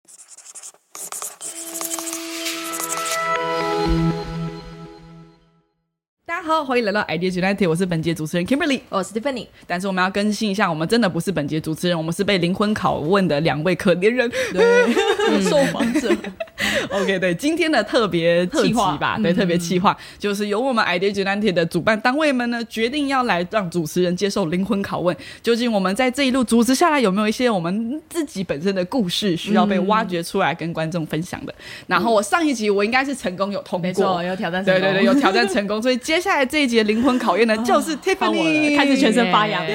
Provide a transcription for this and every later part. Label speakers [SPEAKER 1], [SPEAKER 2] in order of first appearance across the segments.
[SPEAKER 1] 大家好，欢迎来到 Ideas United， 我是本节主持人 Kimberly，
[SPEAKER 2] 我是 Tiffany。
[SPEAKER 1] 但是我们要更新一下，我们真的不是本节主持人，我们是被灵魂拷问的两位可怜人，
[SPEAKER 2] 对，受访者。
[SPEAKER 1] OK， 对，今天的特别企划吧，对，特别企划就是由我们 Ideas United 的主办单位们呢，决定要来让主持人接受灵魂拷问。究竟我们在这一路主持下来，有没有一些我们自己本身的故事需要被挖掘出来跟观众分享的？然后我上一集我应该是成功有通过，
[SPEAKER 2] 没错，有挑战成功，
[SPEAKER 1] 对对对，有挑战成功，所以接下来这一集的灵魂考验呢，就是 Tiffany，
[SPEAKER 2] 开始全身发痒。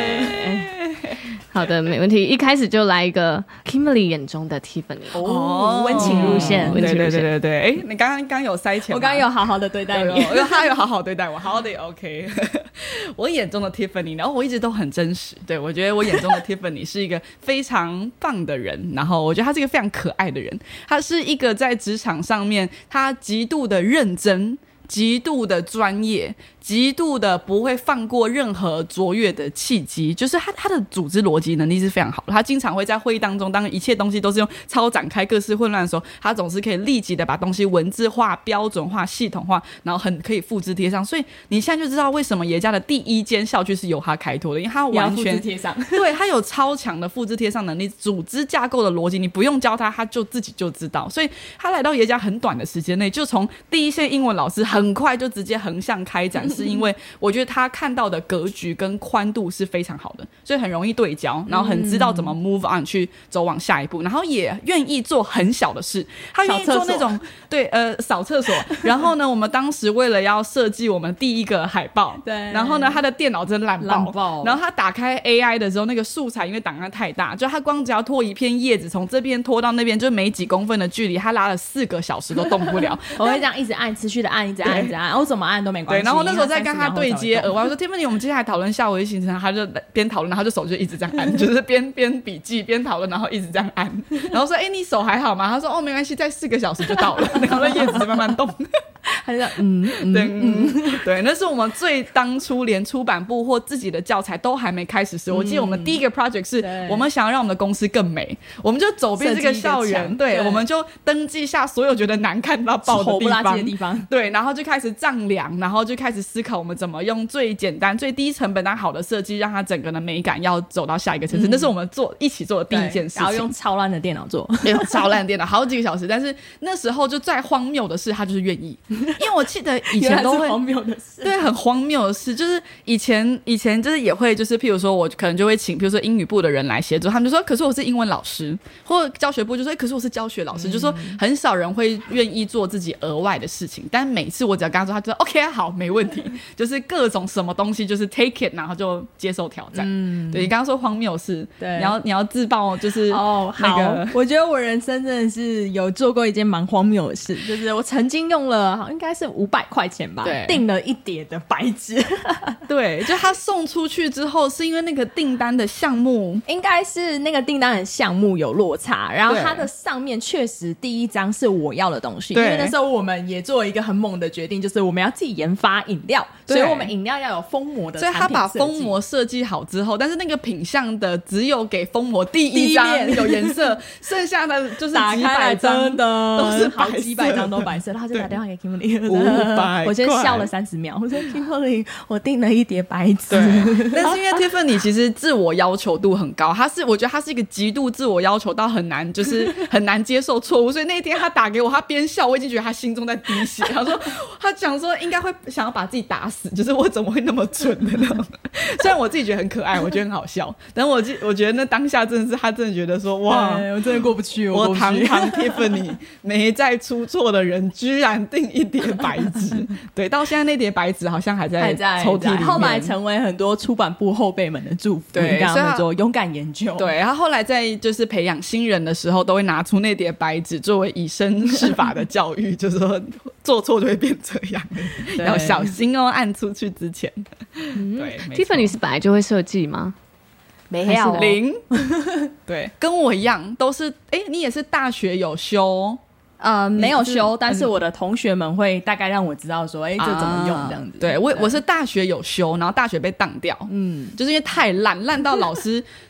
[SPEAKER 3] 好的，没问题。一开始就来一个 Kimberly 眼中的 Tiffany，
[SPEAKER 2] 温情路线，
[SPEAKER 1] 对对对对对。哎，你刚刚有塞钱吗？
[SPEAKER 2] 我刚刚有好好的对待你，
[SPEAKER 1] 他有好好对待我，好的 OK。我眼中的 Tiffany， 然后我一直都很真实，对，我觉得我眼中的 Tiffany 是一个非常棒的人，然后我觉得他是一个非常可爱的人，他是一个在职场上面他极度的认真，极度的专业，极度的不会放过任何卓越的契机，就是他的组织逻辑能力是非常好的。他经常会在会议当中，当一切东西都是用超展开、各式混乱的时候，他总是可以立即的把东西文字化、标准化、系统化，然后很可以复制贴上。所以你现在就知道为什么爷家的第一间校区是由他开拓的，因为他完全
[SPEAKER 2] 复制贴上，
[SPEAKER 1] 对，他有超强的复制贴上能力，组织架构的逻辑你不用教他，他就自己就知道。所以他来到爷家很短的时间内，就从第一线英文老师很快就直接横向开展，是因为我觉得他看到的格局跟宽度是非常好的，所以很容易对焦，然后很知道怎么 move on 去走往下一步，然后也愿意做很小的事，他愿意做那种对扫厕所。然后呢，我们当时为了要设计我们第一个海报，对，然后呢他的电脑真烂爆，然后他打开 AI 的时候，那个素材因为档案太大，就他光只要拖一片叶子从这边拖到那边，就没几公分的距离，他拉了4个小时都动不了。
[SPEAKER 2] 我会这样一直按，持续的按，一直按，一直按，我怎么按都没关系。
[SPEAKER 1] 对，然后那时候在跟他对接额外，我说 Tiffany， 我们接下来讨论下午的行程，他就边讨论，然后就手就一直这样按，就是边笔记边讨论，然后一直这样按，然后说你手还好吗？他说没关系，再4个小时就到了，然后那叶子就慢慢动。
[SPEAKER 2] 他就
[SPEAKER 1] 对，那是我们最当初连出版部或自己的教材都还没开始时，我记得我们第一个 project 是我们想要让我们的公司更美，我们就走遍这个校园，对，我们就登记下所有觉得难看到爆的地方，对，然后就开始丈量，然后就开始思考我们怎么用最简单、最低成本但好的设计，让它整个的美感要走到下一个层次。那是我们一起做的第一件事情，
[SPEAKER 2] 然后用超烂的电脑做，
[SPEAKER 1] 用超烂的电脑好几个小时，但是那时候就再荒谬的事，他就是愿意。因为我记得以前都会
[SPEAKER 2] 荒谬的事，
[SPEAKER 1] 对，很荒谬的事，就是以前就是也会，就是譬如说我可能就会请，譬如说英语部的人来协助，他们就说，可是我是英文老师，或教学部就说，可是我是教学老师，就说很少人会愿意做自己额外的事情，但每次我只要跟他说，他就说 OK 好，没问题，就是各种什么东西就是 take it， 然后就接受挑战。对，你刚刚说荒谬事，对，你要自爆就是
[SPEAKER 2] 好，我觉得我人生真的是有做过一件蛮荒谬的事，就是我曾经用了应该是500块钱吧，订了一叠的白纸。
[SPEAKER 1] 对，就他送出去之后，是因为那个订单的项目，
[SPEAKER 2] 应该是那个订单的项目有落差，然后它的上面确实第一张是我要的东西，因为那时候我们也做了一个很猛的决定，就是我们要自己研发饮料，所以我们饮料要有封膜的产品设计，所以他把
[SPEAKER 1] 封膜设计好之后，但是那个品项的只有给封膜第一张有颜色，剩下的就是几百张的都是
[SPEAKER 2] 好几百张都白色，然后就打电话给 Kimberly， 我先笑了30秒，我说 Kimberly， 我订了一叠白纸。
[SPEAKER 1] 对，但是因为 Tiffany 其实自我要求度很高，我觉得他是一个极度自我要求到很难，就是很难接受错误，所以那一天他打给我，他边笑，我已经觉得他心中在滴血。他讲说应该会想要把自己打死，就是我怎么会那么蠢的那种。虽然我自己觉得很可爱，我觉得很好笑，但我觉得那当下真的是他真的觉得说哇，
[SPEAKER 2] 我真的过不去，
[SPEAKER 1] 我堂堂 Tiffany 没再出错的人，居然订一叠白纸。对，到现在那叠白纸好像还在抽屉里面，
[SPEAKER 2] 后来成为很多出版部后辈们的祝福，对，跟他们说勇敢研究。
[SPEAKER 1] 对，他后来在就是培养新人的时候，都会拿出那叠白纸作为以身试法的教育，就是说做错就会变这样，要小心哦，按出去之前。对
[SPEAKER 3] ，Tiffany 是本来就会设计吗？
[SPEAKER 2] 没有
[SPEAKER 1] 零。对，跟我一样，都是你也是大学有修。
[SPEAKER 2] 没有修，但是我的同学们会大概让我知道说，这怎么用这样子。
[SPEAKER 1] 对，我是大学有修，然后大学被当掉，就是因为太烂到老师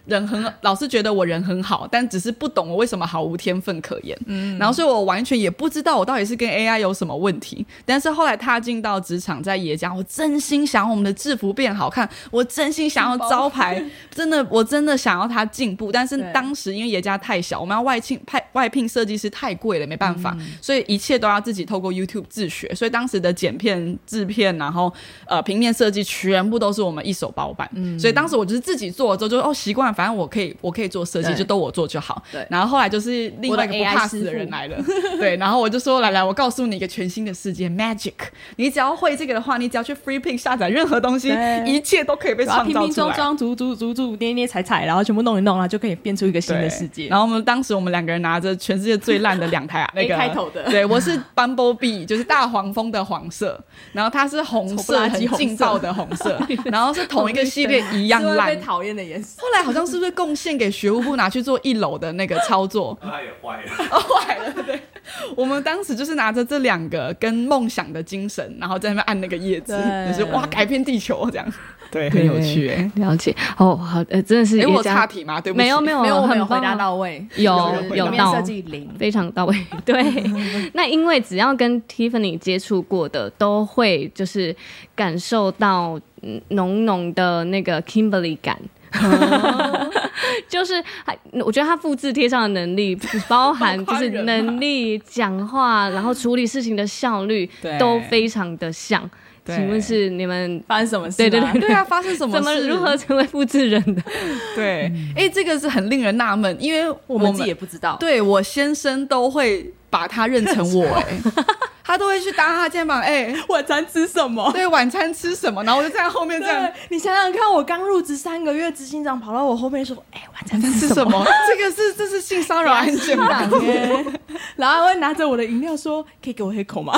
[SPEAKER 1] 老师觉得我人很好，但只是不懂我为什么毫无天分可言。然后所以我完全也不知道我到底是跟 AI 有什么问题。但是后来踏进到职场，在爷家，我真心想要我们的制服变好看，我真心想要招牌我真的想要它进步。但是当时因为爷家太小，我们要外聘设计师太贵了，没办法，所以一切都要自己透过 YouTube 自学。所以当时的剪片、制片，然后平面设计全部都是我们一手包办。所以当时我就是自己做了之后就习惯，反正我可以做设计，就都我做就好。然后后来就是另外一个不怕死的人来了，对，然后我就说来我告诉你一个全新的世界 Magic， 你只要会这个的话，你只要去 FreePic 下载任何东西，一切都可以被创造出来，
[SPEAKER 2] 拼拼装装组捏捏踩踩，然后全部弄一弄，然后就可以变出一个新的世界。
[SPEAKER 1] 然后当时我们两个人拿着全世界最烂的2台那个
[SPEAKER 2] A 开头的，
[SPEAKER 1] 对，我是 Bumblebee 就是大黄蜂的黄色，然后它是红色很劲爆的红色，然后是同一个系列一样烂，
[SPEAKER 2] 被讨厌的颜色。
[SPEAKER 1] 后来好像是不是贡献给学务部拿去做1楼的那个操作，
[SPEAKER 4] 它也坏了，
[SPEAKER 1] 坏了，对。我们当时就是拿着这2个跟梦想的精神，然后在那边按那个叶子，就是哇改变地球这样，对，很有趣
[SPEAKER 3] 了解哦，好，真的是
[SPEAKER 1] 我插题吗？对不起，
[SPEAKER 3] 没有，
[SPEAKER 2] 我们有回答到位，
[SPEAKER 3] 有到
[SPEAKER 2] 设计0，
[SPEAKER 3] 非常到位。对，那因为只要跟 Tiffany 接触过的，都会就是感受到浓浓的那个 Kimberly 感。就是我觉得他复制贴上的能力包含就是能力讲话然后处理事情的效率都非常的像。请问是你们
[SPEAKER 2] 发生什么事？
[SPEAKER 1] 对啊，发生什么事？
[SPEAKER 3] 如何成为复制人的？
[SPEAKER 1] 对，这个是很令人纳闷，因为
[SPEAKER 2] 我们自己也不知道。
[SPEAKER 1] 对，我先生都会把他认成我，他都会去搭他肩膀，
[SPEAKER 2] 晚餐吃什么？
[SPEAKER 1] 对，晚餐吃什么？然后我就在后面这样。
[SPEAKER 2] 你想想看，我刚入职3个月，执行长跑到我后面说：“晚餐吃什么？”
[SPEAKER 1] 这是性骚扰案件吗？
[SPEAKER 2] 然后他会拿着我的饮料说：“可以给我黑口吗？”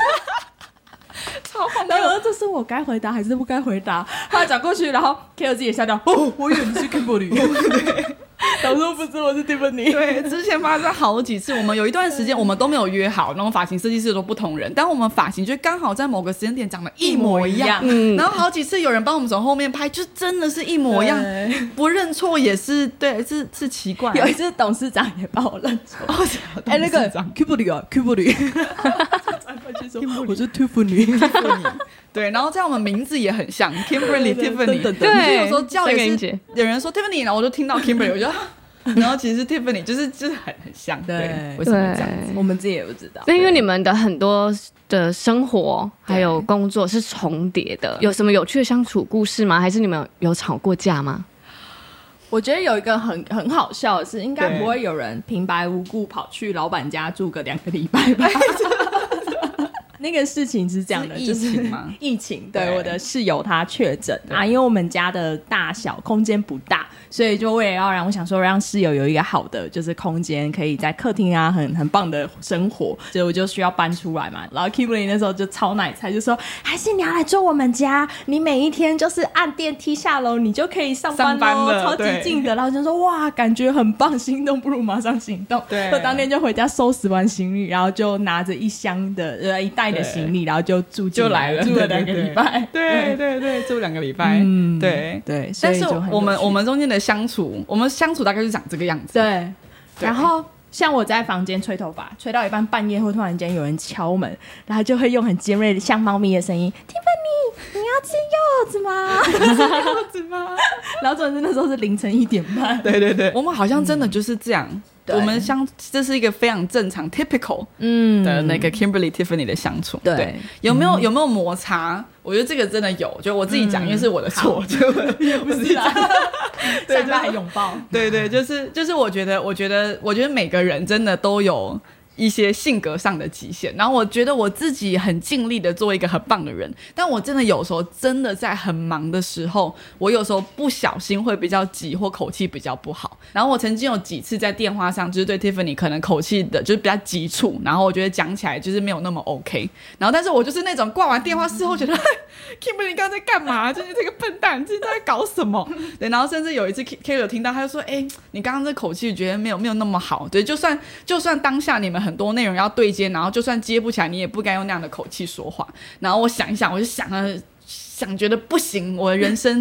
[SPEAKER 2] 超荒谬！然后这是我该回答还是不该回答？他转过去，然后 K 自己也吓掉。我以为你是 Kimberly。对，老师不知我是 Tiffany。
[SPEAKER 1] 对，之前发生好几次，我们有一段时间我们都没有约好，然后发型设计师都不同人，但我们发型就刚好在某个时间点长得一模一样。然后好几次有人帮我们从后面拍，就真的是一模一样，不认错也是对，是奇怪。
[SPEAKER 2] 有一次董事长也帮我认错，那个 Kimberly 啊 Kimberly。我是 Tiffany，
[SPEAKER 1] 对，然后这样我们名字也很像 Kimberly Tiffany，
[SPEAKER 3] 对，
[SPEAKER 1] 有时候叫也是有人说 Tiffany， 然后我就听到 Kimberly， 我就然后其实 Tiffany 就是很像，对，为什么这样子？
[SPEAKER 2] 我们自己也不知道。
[SPEAKER 3] 对，因为你们的很多的生活还有工作是重叠的，有什么有趣的相处故事吗？还是你们有吵过架吗？
[SPEAKER 2] 我觉得有一个很好笑的是，应该不会有人平白无故跑去老板家住个2个礼拜吧。那个事情是这样的，
[SPEAKER 1] 疫情吗？
[SPEAKER 2] 疫情，对，我的室友他确诊啊，因为我们家的大小空间不大，所以就为了要让我想说让室友有一个好的就是空间，可以在客厅啊很棒的生活，所以我就需要搬出来嘛。然后 Kimberly 那时候就超奶菜，就说还是你要来住我们家，你每一天就是按电梯下楼，你就可以上班咯，超级近的。然后就说哇，感觉很棒，心动不如马上行动。对，我当天就回家收拾完行李，然后就拿着一袋的行李，然后就来了，住了2个礼拜。
[SPEAKER 1] 对，住2个礼拜。对。但是我们中间的相处，我们相处大概是长这个样子。
[SPEAKER 2] 对。然后像我在房间吹头发，吹到一半半夜或突然间有人敲门，然后就会用很尖锐的像猫咪的声音 Tiffany 你要吃柚子吗？
[SPEAKER 1] 吃柚子吗？
[SPEAKER 2] 然后总之那时候是凌晨1点半。
[SPEAKER 1] 对，我们好像真的就是这样。我们这是一个非常正常 typical 的那个 Kimberly Tiffany 的相处。对，有没有摩擦？我觉得这个真的有，就我自己讲，因为是我的错，就
[SPEAKER 2] 也不是啦。对，就还拥抱。
[SPEAKER 1] 对，就是我觉得每个人真的都有一些性格上的极限，然后我觉得我自己很尽力的做一个很棒的人，但我真的有时候真的在很忙的时候，我有时候不小心会比较急或口气比较不好，然后我曾经有几次在电话上就是对 Tiffany 可能口气的就是比较急促，然后我觉得讲起来就是没有那么 OK， 然后但是我就是那种挂完电话事后觉得Kimberly 你刚刚在干嘛，就是这个笨蛋最近在搞什么，对，然后甚至有一次 K 有听到他就说你刚刚这口气觉得没有那么好，对，就算当下你们很多内容要对接，然后就算接不起来你也不该用那样的口气说话，然后我想一想，我就想觉得不行，我的人生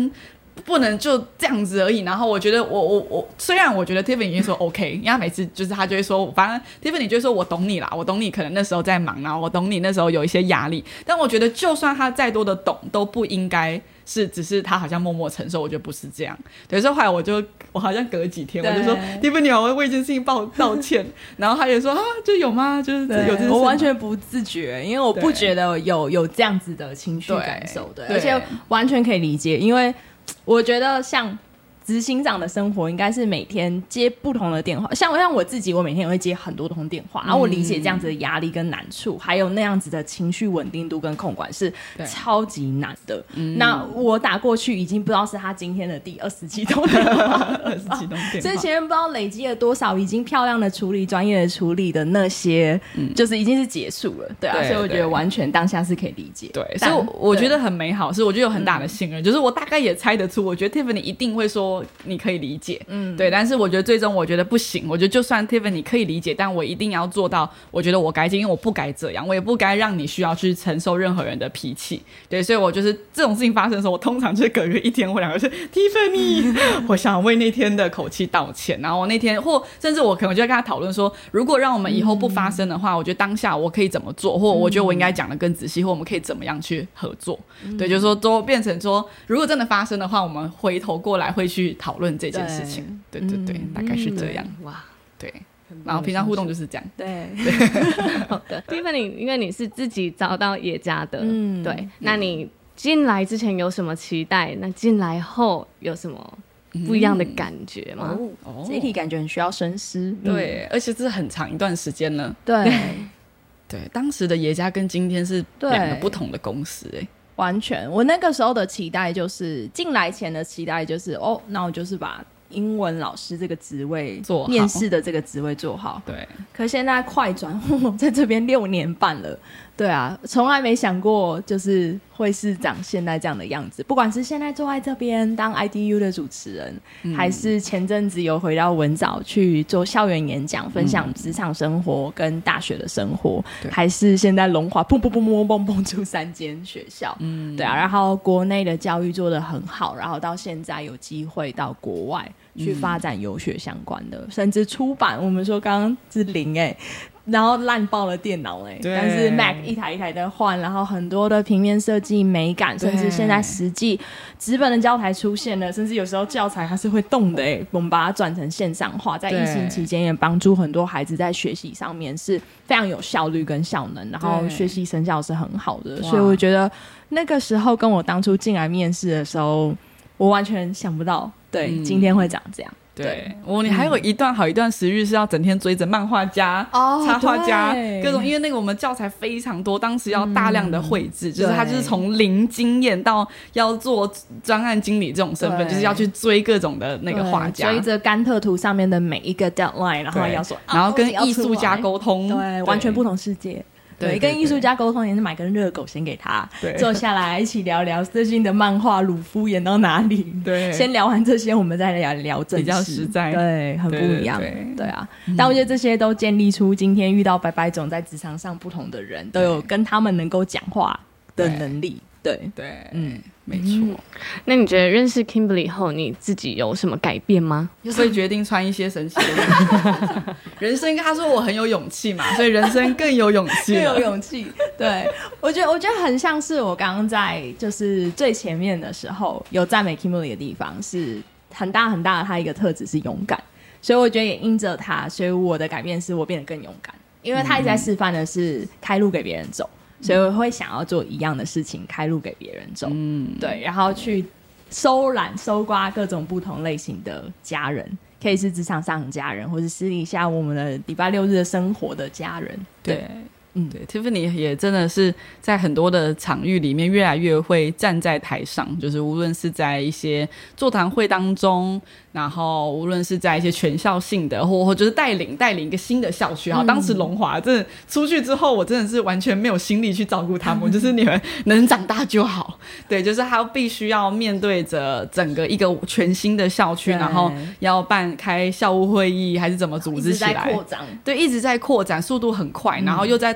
[SPEAKER 1] 不能就这样子而已。然后我觉得我虽然我觉得 Tiffany 会说 OK， 因为他每次就是他就会说，反正 Tiffany 就会说我懂你啦，我懂你可能那时候在忙啊，我懂你那时候有一些压力。但我觉得就算他再多的懂，都不应该是只是他好像默默承受，我觉得不是这样。对，所以后来我好像隔几天我就说 Tiffany 我为一件事情道歉，然后他也说啊，就有吗？就是有这件事吗？
[SPEAKER 2] 我完全不自觉，因为我不觉得有这样子的情绪感受，对，而且完全可以理解，因为我觉得像执行长的生活应该是每天接不同的电话，像我自己，我每天也会接很多通电话，然后我理解这样子的压力跟难处，还有那样子的情绪稳定度跟控管是超级难的。那我打过去已经不知道是他今天的第20几通电话20几通电话，所以前面不知道累积了多少已经漂亮的处理专业的处理的那些就是已经是结束了，对啊，对，所以我觉得完全当下是可以理解，
[SPEAKER 1] 对，所以我觉得很美好，是我觉得有很大的信任，就是我大概也猜得出，我觉得 Tiffany 一定会说你可以理解，对，但是我觉得最终我觉得不行，我觉得就算 Tiffany 可以理解，但我一定要做到，我觉得我该因为我不该这样，我也不该让你需要去承受任何人的脾气，对，所以我就是这种事情发生的时候，我通常就是隔个1天或2个是 Tiffany 我想为那天的口气道歉，然后我那天或甚至我可能就会跟他讨论说，如果让我们以后不发生的话，我觉得当下我可以怎么做，或我觉得我应该讲得更仔细，或我们可以怎么样去合作，对，就是说都变成说如果真的发生的话，我们回头过来会去讨论这件事情，对对对，大概是这样，哇，对，然后平常互动就是这样，
[SPEAKER 2] 对
[SPEAKER 3] 好的Tiffany 因为你是自己找到野家的，对，那你进来之前有什么期待？那进来后有什么不一样的感觉吗？
[SPEAKER 2] 这一题感觉很需要深思，
[SPEAKER 1] 对，而且这是很长一段时间了，
[SPEAKER 2] 对
[SPEAKER 1] 对，当时的野家跟今天是2个不同的公司，
[SPEAKER 2] 完全，我那个时候的期待就是进来前的期待就是那我就是把英文老师这个职位做好，面试的这个职位做好，
[SPEAKER 1] 对。
[SPEAKER 2] 可现在快转在这边6年半了，对啊，从来没想过就是会是长现在这样的样子，不管是现在坐在这边当 IDU 的主持人，还是前阵子有回到文藻去做校园演讲，分享职场生活跟大学的生活，还是现在龙华砰砰砰砰砰砰出3间学校，对啊，然后国内的教育做得很好，然后到现在有机会到国外去发展游学相关的，甚至出版，我们说刚刚是0然后烂爆了电脑但是 Mac 一台一台的换，然后很多的平面设计美感，甚至现在实际纸本的教材出现了，甚至有时候教材它是会动的我们把它转成线上化，在疫情期间也帮助很多孩子在学习上面是非常有效率跟效能，然后学习成效是很好的，所以我觉得那个时候跟我当初进来面试的时候，我完全想不到今天会长这样。
[SPEAKER 1] 对，你还有好一段时日是要整天追着漫画家、插画家各种，因为那个我们教材非常多，当时要大量的绘制，就是他就是从零经验到要做专案经理这种身份，就是要去追各种的那个画家，
[SPEAKER 2] 追着甘特图上面的每一个 deadline， 然后要说，
[SPEAKER 1] 然后跟艺术家沟通，
[SPEAKER 2] 对，完全不同世界。对，跟艺术家沟通也是买根热狗先给他，坐下来一起聊聊最近的漫画鲁夫演到哪里，对，先聊完这些我们再聊正事，
[SPEAKER 1] 比较实在，
[SPEAKER 2] 对，很不一样，对啊，但我觉得这些都建立出今天遇到百百种在职场上不同的人都有跟他们能够讲话的能力，对，
[SPEAKER 1] 没错。
[SPEAKER 3] 那你觉得认识 Kimberly 后你自己有什么改变吗？
[SPEAKER 1] 所以决定穿一些神奇的衣服人生他说我很有勇气嘛，所以人生更有勇气
[SPEAKER 2] 更有勇气。对，我觉得很像是我刚刚在就是最前面的时候有赞美 Kimberly 的地方是很大很大的，他一个特质是勇敢，所以我觉得也因着他，所以我的改变是我变得更勇敢，因为他一直在示范的是开路给别人走，所以我会想要做一样的事情，开路给别人走，对，然后去收刮各种不同类型的家人，可以是职场上的家人，或是私底下我们的礼拜6日的生活的家人，对。
[SPEAKER 1] 对 Tiffany 也真的是在很多的场域里面越来越会站在台上，就是无论是在一些座谈会当中，然后无论是在一些全校性的或就是带领一个新的校区，当时龙华真的出去之后，我真的是完全没有心力去照顾他们就是你们能长大就好，对，就是他必须要面对着整个一个全新的校区，然后要开校务会议还是怎么组织起来，
[SPEAKER 2] 一直在扩张，
[SPEAKER 1] 对，一直在扩展，速度很快，然后又在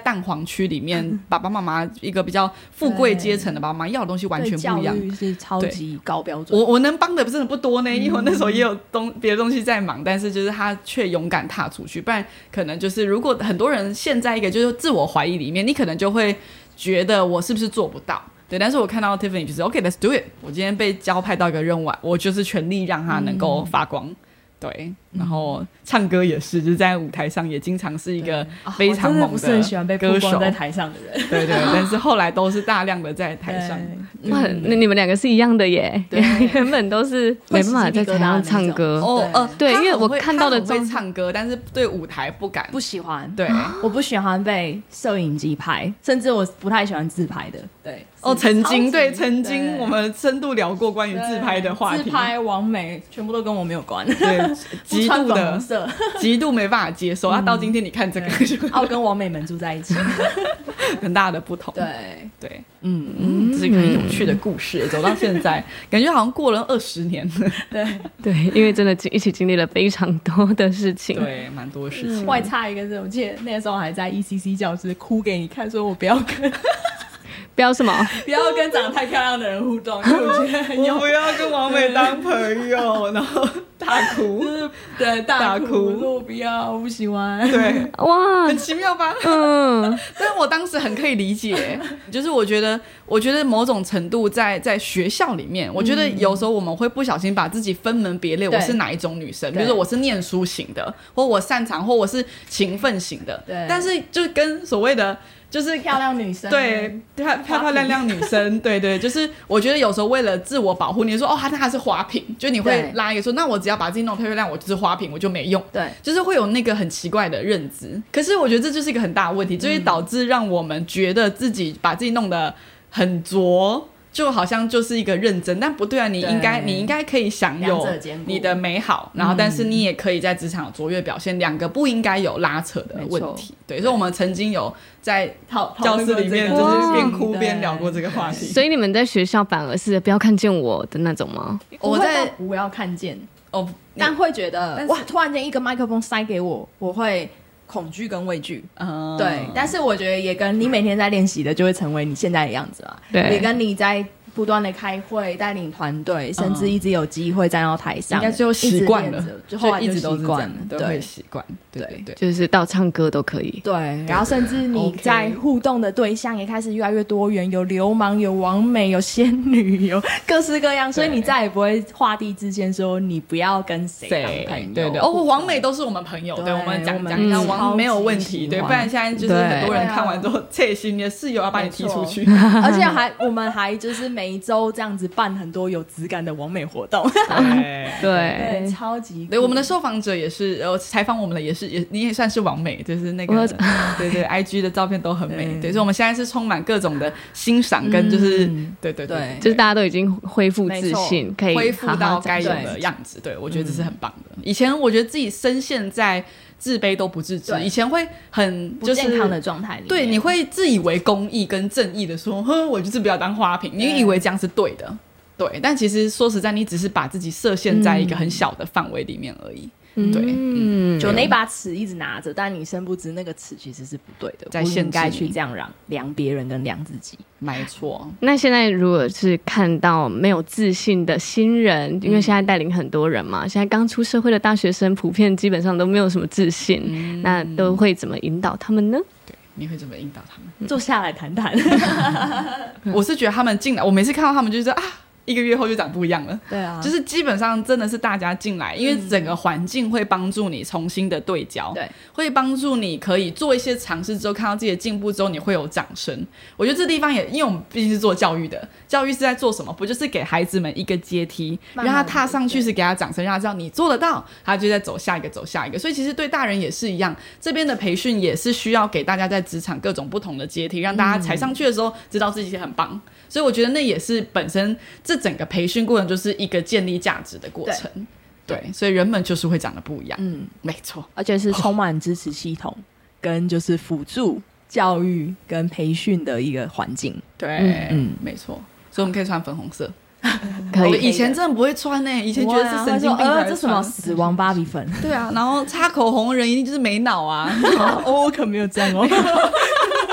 [SPEAKER 1] 蛋黄区里面，爸爸妈妈一个比较富贵阶层的爸爸妈妈要的东西完全不一样，
[SPEAKER 2] 教育是超级高标准。
[SPEAKER 1] 我能帮的真的不多呢，因为我那时候也有别的东西在忙，但是就是他却勇敢踏出去，不然可能就是如果很多人陷在一个就是自我怀疑里面，你可能就会觉得我是不是做不到。对，但是我看到 Tiffany 就是 OK let's do it， 我今天被交派到一个任务，我就是全力让他能够发光。对，然后唱歌也是，就是在舞台上也经常是一个非常猛的歌手，我真的
[SPEAKER 2] 不是很喜欢被曝光在台上的人。
[SPEAKER 1] 对对，但是后来都是大量的在台上。
[SPEAKER 3] 哇，那你们两个是一样的耶，原本都是没办法在台上唱歌。对，因为我看到的
[SPEAKER 1] 会唱歌，但是对舞台不敢，
[SPEAKER 2] 不喜欢。
[SPEAKER 1] 对，
[SPEAKER 2] 我不喜欢被摄影机拍，甚至我不太喜欢自拍的。对，
[SPEAKER 1] 曾经我们深度聊过关于自拍的话题，
[SPEAKER 2] 自拍完美全部都跟我没有关。
[SPEAKER 1] 对，极度没办法接受。到今天你看这个，
[SPEAKER 2] 跟网美们住在一起，
[SPEAKER 1] 很大的不同。
[SPEAKER 2] 对，
[SPEAKER 1] 这是一个很有趣的故事，走到现在，感觉好像过了20年了。
[SPEAKER 3] 对，因为真的一起经历了非常多的事情，
[SPEAKER 1] 对，蛮多事情。
[SPEAKER 2] 外插一个是，我记得那个时候还在 ECC 教室哭给你看，说我不要跟。
[SPEAKER 3] 不要什么？
[SPEAKER 2] 不要跟长得太漂亮的人互动，因为我觉得
[SPEAKER 1] 我不要跟王美当朋友，然后大哭，
[SPEAKER 2] 对，大哭，说我不要，我不喜欢，
[SPEAKER 1] 对，
[SPEAKER 3] 哇，
[SPEAKER 1] 很奇妙吧？但是我当时很可以理解，就是我觉得某种程度在学校里面，我觉得有时候我们会不小心把自己分门别类，我是哪一种女生，比如说我是念书型的，或我擅长，或我是勤奋型的，对，但是就跟所谓的。就是
[SPEAKER 2] 漂亮女生，
[SPEAKER 1] 对，漂亮女生，对对，就是我觉得有时候为了自我保护，你说她是花瓶，就你会拉一个说，那我只要把自己弄漂亮，我就是花瓶，我就没用，
[SPEAKER 2] 对，
[SPEAKER 1] 就是会有那个很奇怪的认知。可是我觉得这就是一个很大的问题，就会导致让我们觉得自己把自己弄得很拙。就好像就是一个认真，但不对啊！你应该可以享有你的美好，然后但是你也可以在职场有卓越表现，两个不应该有拉扯的问题。对，所以我们曾经有在教室里面就是边哭边聊过这个话题。
[SPEAKER 3] 所以你们在学校反而是不要看见我的那种吗？
[SPEAKER 2] 我在不要看见但会觉得哇，突然间一个麦克风塞给我，我会。恐惧跟畏惧，对，但是我觉得也跟你每天在练习的，就会成为你现在的样子嘛。对，也跟你在不断的开会、带领团队，甚至一直有机会站到台上，
[SPEAKER 1] 应该就习惯了，
[SPEAKER 2] 就后来
[SPEAKER 1] 一直都
[SPEAKER 2] 习惯了，
[SPEAKER 1] 都会习惯。对，
[SPEAKER 3] 就是到唱歌都可以。
[SPEAKER 2] 对，然后甚至你在互动的对象也开始越来越多元，有流氓，有网美，有仙女，有各式各样，所以你再也不会画地自限说你不要跟谁当朋友。
[SPEAKER 1] 对，网美都是我们朋友，对，我们讲网没有问题，对，不然现在就是很多人看完之后，窃心你的室友要把你踢出去，
[SPEAKER 2] 而且我们还就是每一周这样子办很多有质感的网美活动，对，超级
[SPEAKER 1] 对，我们的受访者也是，采访我们的也是。你也算是网美，就是那个对 IG 的照片都很美，对，所以我们现在是充满各种的欣赏跟就是对，
[SPEAKER 3] 就是大家都已经恢复自信，可以
[SPEAKER 1] 恢复到该有的样子。对，我觉得这是很棒的。以前我觉得自己深陷在自卑都不自知，以前会很
[SPEAKER 2] 不健康的状态里，
[SPEAKER 1] 对，你会自以为公义跟正义的说，我就是不要当花瓶，你以为这样是对的，对，但其实说实在，你只是把自己设限在一个很小的范围里面而已。对，
[SPEAKER 2] 就那把尺一直拿着，但你深不知那个尺其实是不对的，不应该去这样量别人跟量自己。
[SPEAKER 1] 没错。
[SPEAKER 3] 那现在如果是看到没有自信的新人，因为现在带领很多人嘛，现在刚出社会的大学生普遍基本上都没有什么自信，那都会怎么引导他们呢？
[SPEAKER 1] 对，你会怎么引导他们？
[SPEAKER 2] 坐下来谈谈。
[SPEAKER 1] 我是觉得他们进来，我每次看到他们就是1个月后就长不一样了。
[SPEAKER 2] 对啊，
[SPEAKER 1] 就是基本上真的是大家进来，因为整个环境会帮助你重新的对焦，对，会帮助你可以做一些尝试之后，看到自己的进步之后，你会有掌声。我觉得这地方也，因为我们毕竟是做教育的，教育是在做什么？不就是给孩子们一个阶梯，让他踏上去是给他掌声，让他知道你做得到，他就在走下一个，走下一个。所以其实对大人也是一样，这边的培训也是需要给大家在职场各种不同的阶梯，让大家踩上去的时候知道自己很棒。所以我觉得那也是本身这整个培训过程就是一个建立价值的过程。对，所以人们就是会长得不一样。没错，
[SPEAKER 2] 而且是充满支持系统跟就是辅助教育跟培训的一个环境。
[SPEAKER 1] 对，没错。所以我们可以穿粉红色。可以，以前真的不会穿呢，以前觉得是神经病才穿。
[SPEAKER 2] 这什么死亡芭比粉？
[SPEAKER 1] 对啊，然后擦口红的人一定就是没脑啊。
[SPEAKER 2] 我可没有这样哦。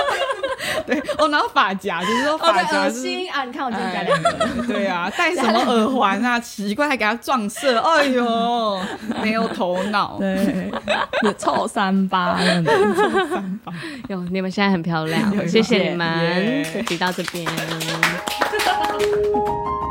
[SPEAKER 1] 对哦，然后发夹就是说发夹
[SPEAKER 2] 恶心啊！你看我今天改2个，
[SPEAKER 1] 对啊，戴什么耳环啊，奇怪还给他撞色，哎呦，没有头脑，
[SPEAKER 2] 对，臭三八，臭
[SPEAKER 3] 三八，哟，你们现在很漂亮，谢谢你们，就提到这边。